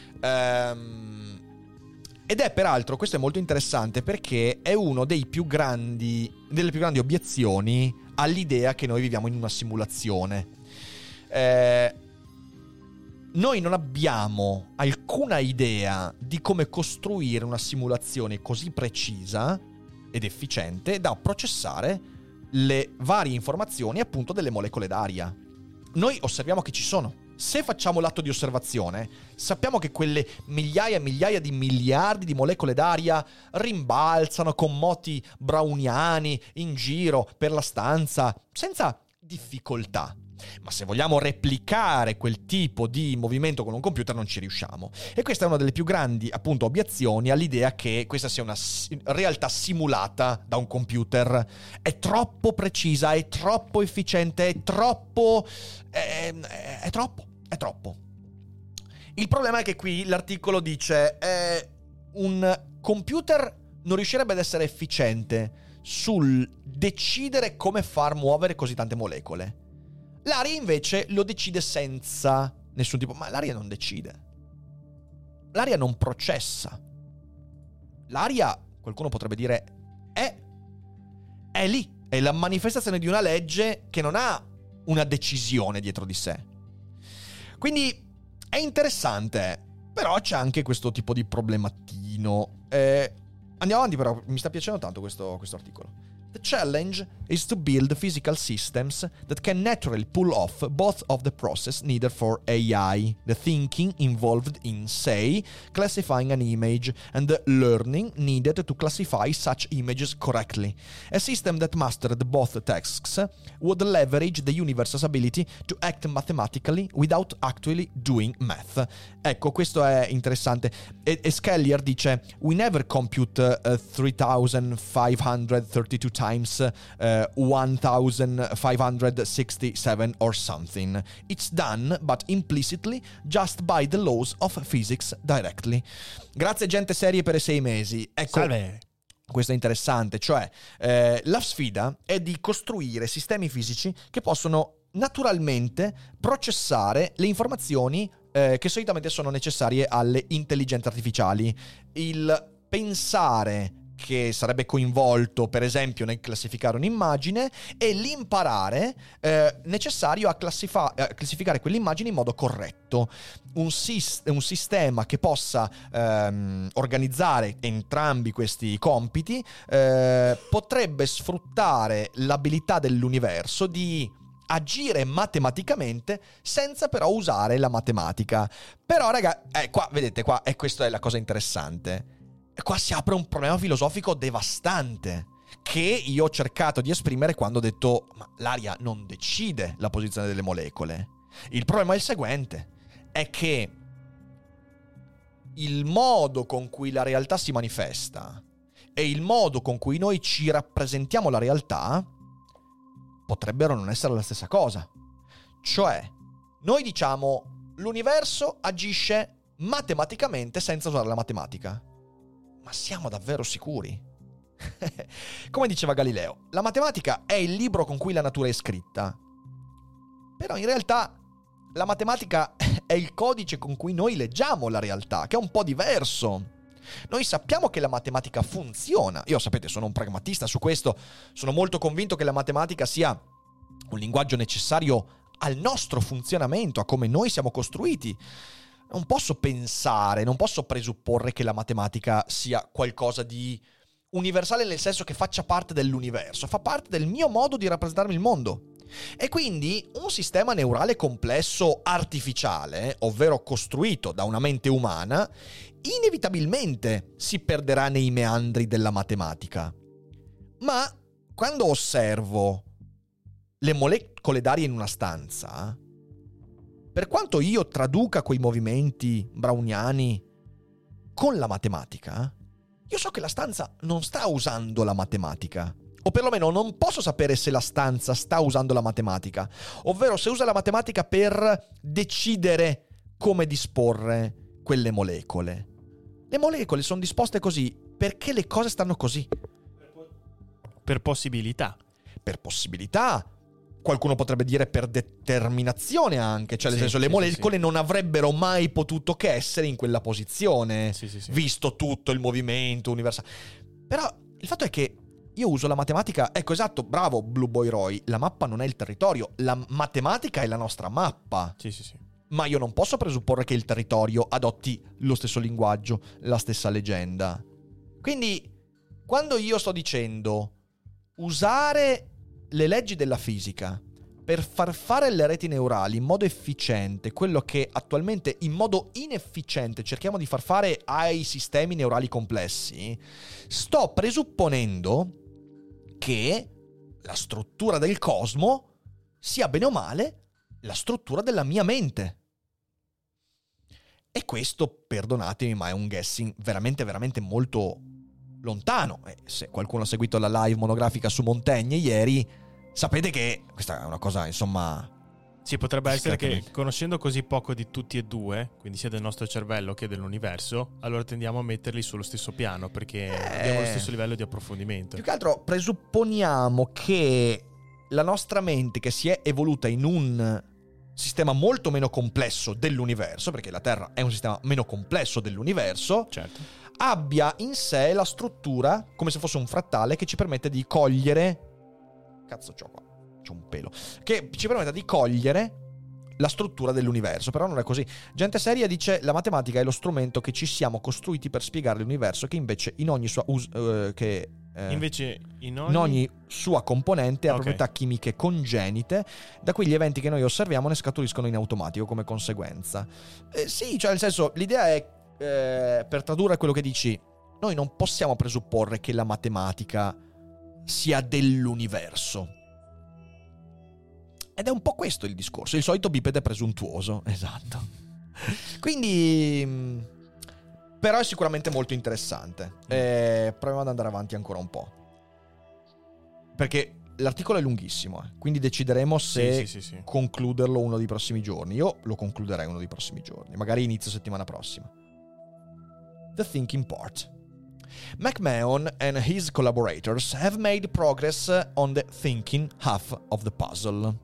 Ed è peraltro, questo è molto interessante perché è uno delle più grandi obiezioni all'idea che noi viviamo in una simulazione. Noi non abbiamo alcuna idea di come costruire una simulazione così precisa ed efficiente da processare le varie informazioni appunto delle molecole d'aria. Noi osserviamo che ci sono. Se facciamo l'atto di osservazione, sappiamo che quelle migliaia e migliaia di miliardi di molecole d'aria rimbalzano con moti browniani in giro per la stanza senza difficoltà. Ma se vogliamo replicare quel tipo di movimento con un computer non ci riusciamo. E questa è una delle più grandi, appunto, obiezioni all'idea che questa sia una realtà simulata da un computer. È troppo precisa, è troppo efficiente, è troppo. Il problema è che qui l'articolo dice un computer non riuscirebbe ad essere efficiente sul decidere come far muovere così tante molecole. L'aria invece lo decide senza nessun tipo. Ma l'aria non decide. L'aria non processa. L'aria, qualcuno potrebbe dire, è lì. È la manifestazione di una legge che non ha una decisione dietro di sé. Quindi è interessante, però c'è anche questo tipo di problematino. Andiamo avanti, però mi sta piacendo tanto questo articolo. The challenge is to build physical systems that can naturally pull off both of the process needed for AI, the thinking involved in, say, classifying an image, and the learning needed to classify such images correctly. A system that mastered both tasks would leverage the universe's ability to act mathematically without actually doing math. Ecco, questo è interessante. E Scalia dice, we never compute 3,532 times 1567 or something. It's done, but implicitly, just by the laws of physics directly. Grazie gente serie per i 6 mesi. Ecco, salve. Questo è interessante, cioè la sfida è di costruire sistemi fisici che possono naturalmente processare le informazioni che solitamente sono necessarie alle intelligenze artificiali. Il pensare che sarebbe coinvolto, per esempio, nel classificare un'immagine, e l'imparare necessario a classificare quell'immagine in modo corretto. Un sistema che possa organizzare entrambi questi compiti potrebbe sfruttare l'abilità dell'universo di agire matematicamente senza però usare la matematica. Però, raga, qua vedete, qua, e questa è la cosa interessante. Qua si apre un problema filosofico devastante che io ho cercato di esprimere quando ho detto ma l'aria non decide la posizione delle molecole. Il problema è il seguente, è che il modo con cui la realtà si manifesta e il modo con cui noi ci rappresentiamo la realtà potrebbero non essere la stessa cosa. Cioè, noi diciamo l'universo agisce matematicamente senza usare la matematica. Ma siamo davvero sicuri? Come diceva Galileo, la matematica è il libro con cui la natura è scritta. Però in realtà la matematica è il codice con cui noi leggiamo la realtà, che è un po' diverso. Noi sappiamo che la matematica funziona. Io, sapete, sono un pragmatista su questo. Sono molto convinto che la matematica sia un linguaggio necessario al nostro funzionamento, a come noi siamo costruiti. non posso pensare, non posso presupporre che la matematica sia qualcosa di universale nel senso che faccia parte dell'universo, fa parte del mio modo di rappresentarmi il mondo. E quindi un sistema neurale complesso artificiale, ovvero costruito da una mente umana, inevitabilmente si perderà nei meandri della matematica. Ma quando osservo le molecole d'aria in una stanza, per quanto io traduca quei movimenti browniani con la matematica, io so che la stanza non sta usando la matematica. O perlomeno non posso sapere se la stanza sta usando la matematica, ovvero se usa la matematica per decidere come disporre quelle molecole. Le molecole sono disposte così perché le cose stanno così. Per possibilità. Per possibilità. Qualcuno potrebbe dire per determinazione anche, cioè nel senso le molecole non avrebbero mai potuto che essere in quella posizione, visto tutto il movimento universale. Però il fatto è che io uso la matematica, ecco esatto, bravo Blue Boy Roy, la mappa non è il territorio, la matematica è la nostra mappa. Sì. Ma io non posso presupporre che il territorio adotti lo stesso linguaggio, la stessa leggenda. Quindi, quando io sto dicendo usare le leggi della fisica per far fare alle reti neurali in modo efficiente quello che attualmente in modo inefficiente cerchiamo di far fare ai sistemi neurali complessi, sto presupponendo che la struttura del cosmo sia bene o male la struttura della mia mente. E questo, perdonatemi, ma è un guessing veramente, veramente molto lontano. Se qualcuno ha seguito la live monografica su Montaigne ieri, sapete che questa è una cosa, insomma... Sì, potrebbe essere che conoscendo così poco di tutti e due, quindi sia del nostro cervello che dell'universo, allora tendiamo a metterli sullo stesso piano perché abbiamo lo stesso livello di approfondimento. Più che altro presupponiamo che la nostra mente, che si è evoluta in un sistema molto meno complesso dell'universo, perché la Terra è un sistema meno complesso dell'universo, certo, abbia in sé la struttura, come se fosse un frattale, che ci permette di cogliere... Cazzo c'ho qua? C'è un pelo. Che ci permette di cogliere la struttura dell'universo. Però non è così. Gente seria dice: la matematica è lo strumento che ci siamo costruiti per spiegare l'universo, che invece in ogni sua in ogni sua componente ha proprietà chimiche congenite, da cui gli eventi che noi osserviamo ne scaturiscono in automatico come conseguenza. Sì, cioè nel senso, l'idea è, per tradurre quello che dici, noi non possiamo presupporre che la matematica sia dell'universo. Ed è un po' questo il discorso, il solito bipede presuntuoso, esatto. Quindi, però è sicuramente molto interessante. Proviamo ad andare avanti ancora un po', perché l'articolo è lunghissimo, quindi decideremo se concluderlo uno dei prossimi giorni. Io lo concluderei uno dei prossimi giorni, magari inizio settimana prossima. The thinking part. McMahon and his collaborators have made progress on the thinking half of the puzzle.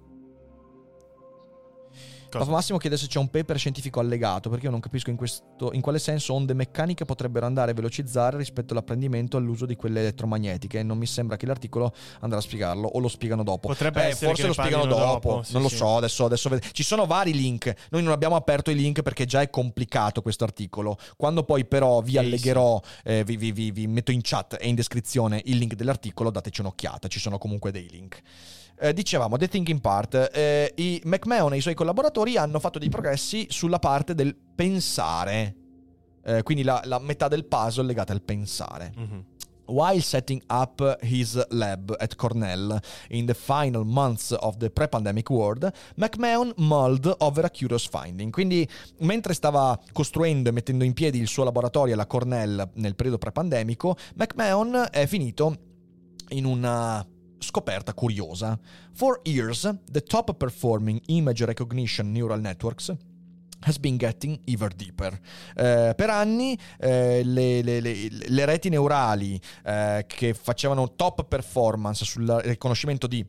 Papa Massimo chiede se c'è un paper scientifico allegato, perché io non capisco in quale senso onde meccaniche potrebbero andare a velocizzare rispetto all'apprendimento e all'uso di quelle elettromagnetiche, e non mi sembra che l'articolo andrà a spiegarlo, o lo spiegano dopo. Potrebbe essere forse che lo spiegano dopo. Non lo so, adesso ci sono vari link, noi non abbiamo aperto i link perché già è complicato questo articolo. Quando poi però vi allegherò, vi metto in chat e in descrizione il link dell'articolo, dateci un'occhiata, ci sono comunque dei link. Dicevamo, The Thinking Part, i McMahon e i suoi collaboratori hanno fatto dei progressi sulla parte del pensare, quindi la metà del puzzle legata al pensare. Mm-hmm. While setting up his lab at Cornell in the final months of the pre-pandemic world, McMahon mulled over a curious finding. Quindi, mentre stava costruendo e mettendo in piedi il suo laboratorio alla Cornell nel periodo pre-pandemico, McMahon è finito in una scoperta curiosa. For years, the top performing image recognition neural networks has been getting ever deeper. Per anni le reti neurali che facevano top performance sul riconoscimento di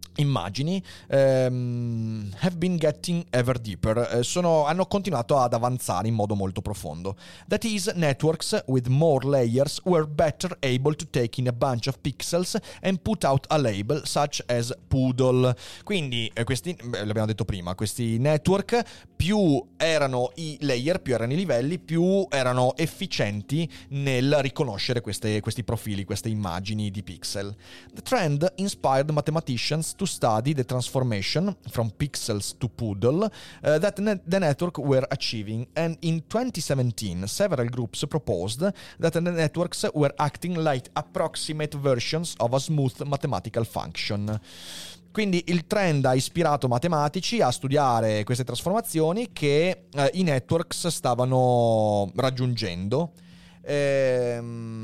immagini have been getting ever deeper, hanno continuato ad avanzare in modo molto profondo. That is, networks with more layers were better able to take in a bunch of pixels and put out a label such as poodle. Quindi questi, l'abbiamo detto prima, questi network, più erano i layer, più erano i livelli, più erano efficienti nel riconoscere questi profili, queste immagini di pixel. The trend inspired mathematicians to study the transformation from pixels to poodle that the network were achieving, and in 2017 several groups proposed that the networks were acting like approximate versions of a smooth mathematical function. Quindi il trend ha ispirato matematici a studiare queste trasformazioni che i networks stavano raggiungendo. E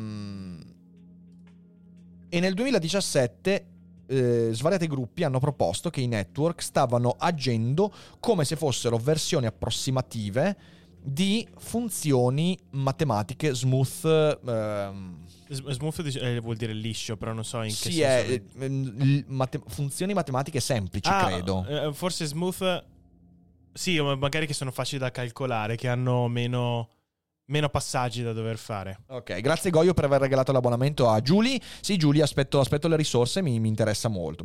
nel 2017 svariati gruppi hanno proposto che i network stavano agendo come se fossero versioni approssimative di funzioni matematiche smooth. Smooth vuol dire liscio, però non so in che senso. Funzioni matematiche semplici, credo. Forse smooth, sì, magari che sono facili da calcolare, che hanno meno passaggi da dover fare. Ok, grazie Goyo per aver regalato l'abbonamento a Giulia. Sì, Giulia, aspetto le risorse, mi interessa molto.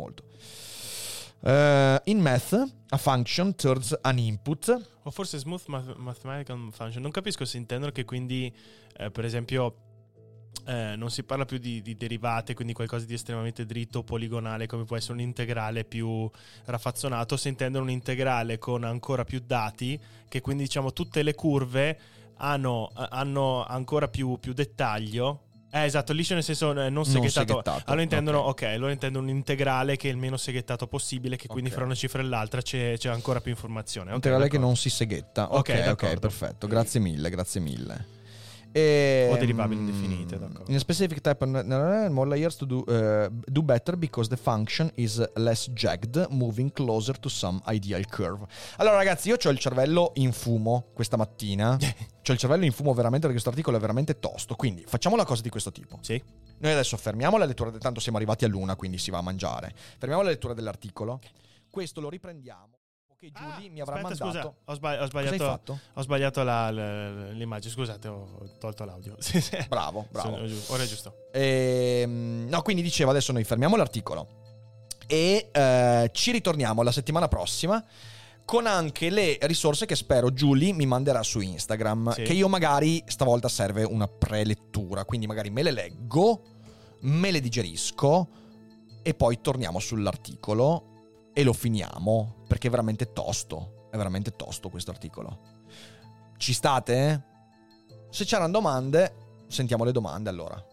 In math, a function turns an input. O forse smooth mathematical function. Non capisco se intendono che quindi, per esempio, non si parla più di derivate, quindi qualcosa di estremamente dritto o poligonale, come può essere un integrale più raffazzonato, se intendono un integrale con ancora più dati, che quindi diciamo tutte le curve hanno ancora più dettaglio. Esatto, liscio nel senso non seghettato. Allora intendono, okay. Allora intendono un integrale che è il meno seghettato possibile, che quindi fra una cifra e l'altra c'è ancora più informazione. Un integrale che non si seghetta. Ok, perfetto. Grazie mille. O derivabili indefinite, d'accordo. In a specific type more layers to do better because the function is less jagged, moving closer to some ideal curve. Allora ragazzi, io c'ho il cervello in fumo questa mattina. C'ho il cervello in fumo veramente, perché questo articolo è veramente tosto. Quindi facciamo una cosa di questo tipo. Sì. Noi adesso fermiamo la lettura, tanto siamo arrivati all'una, quindi si va a mangiare. Fermiamo la lettura dell'articolo. Questo lo riprendiamo. Che Giulia mi avrà mandato. Scusa, ho sbagliato. Cosa hai fatto? Ho sbagliato l'immagine. Scusate, ho tolto l'audio. Bravo. Ora è giusto. No, quindi dicevo, adesso noi fermiamo l'articolo e ci ritorniamo la settimana prossima con anche le risorse che spero Giulia mi manderà su Instagram, sì. Che io magari stavolta serve una prelettura, quindi magari me le leggo, me le digerisco e poi torniamo sull'articolo e lo finiamo, perché è veramente tosto questo articolo. Ci state? Se c'erano domande, sentiamo le domande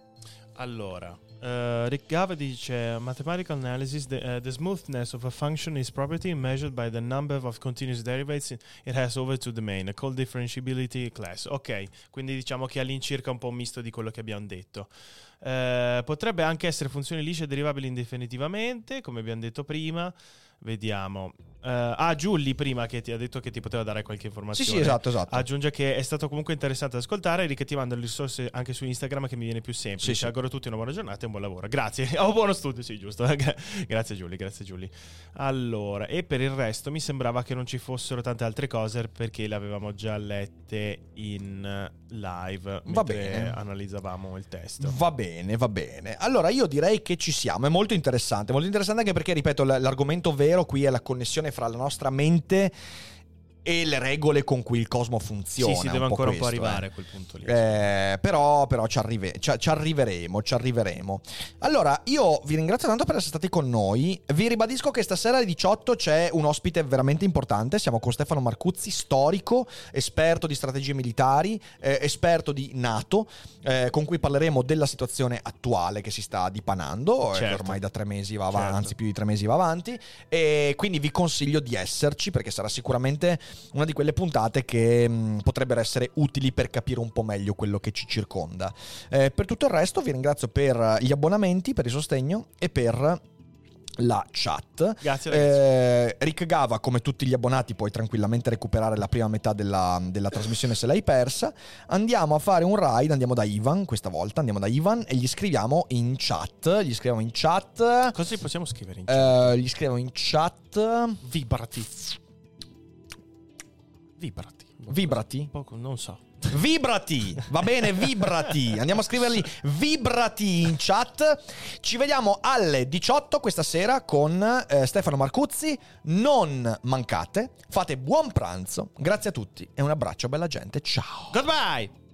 allora. Rick Gave dice: Mathematical analysis, the smoothness of a function is property measured by the number of continuous derivatives it has over two domain, called differentiability class. Ok, quindi diciamo che è all'incirca un po' un misto di quello che abbiamo detto. Potrebbe anche essere funzioni lisce derivabili indefinitivamente, come abbiamo detto prima. Vediamo. Giulia prima che ti ha detto che ti poteva dare qualche informazione. Sì, esatto. Aggiunge che è stato comunque interessante ad ascoltare, e che ti mando le risorse anche su Instagram, che mi viene più semplice. Sì. Auguro a tutti una buona giornata e un buon lavoro. Grazie. Buono studio, sì, giusto. Grazie Giulia. Allora, e per il resto mi sembrava che non ci fossero tante altre cose, perché le avevamo già lette in live mentre analizzavamo il testo. Va bene. Allora io direi che ci siamo. È molto interessante anche perché, ripeto, l'argomento vero qui è la connessione fra la nostra mente e le regole con cui il cosmo funziona. Sì, si deve ancora un po' arrivare a quel punto lì. Però ci arriveremo. Allora, io vi ringrazio tanto per essere stati con noi. Vi ribadisco che stasera alle 18 c'è un ospite veramente importante. Siamo con Stefano Marcuzzi, storico, esperto di strategie militari, esperto di NATO, con cui parleremo della situazione attuale che si sta dipanando, che ormai da 3 mesi va avanti, anzi più di 3 mesi va avanti, e quindi vi consiglio di esserci, perché sarà sicuramente una di quelle puntate che potrebbero essere utili per capire un po' meglio quello che ci circonda. Per tutto il resto vi ringrazio per gli abbonamenti, per il sostegno e per la chat. Grazie ragazzi. Rick Gava, come tutti gli abbonati, puoi tranquillamente recuperare la prima metà della trasmissione se l'hai persa. Andiamo a fare un raid, andiamo da Ivan questa volta, e gli scriviamo in chat. Cosa possiamo scrivere in chat? Gli scriviamo in chat Vibrati? Poco, non so. Vibrati, va bene, vibrati. Andiamo a scriverli vibrati in chat. Ci vediamo alle 18 questa sera con Stefano Marcuzzi. Non mancate, fate buon pranzo. Grazie a tutti e un abbraccio, bella gente. Ciao. Goodbye.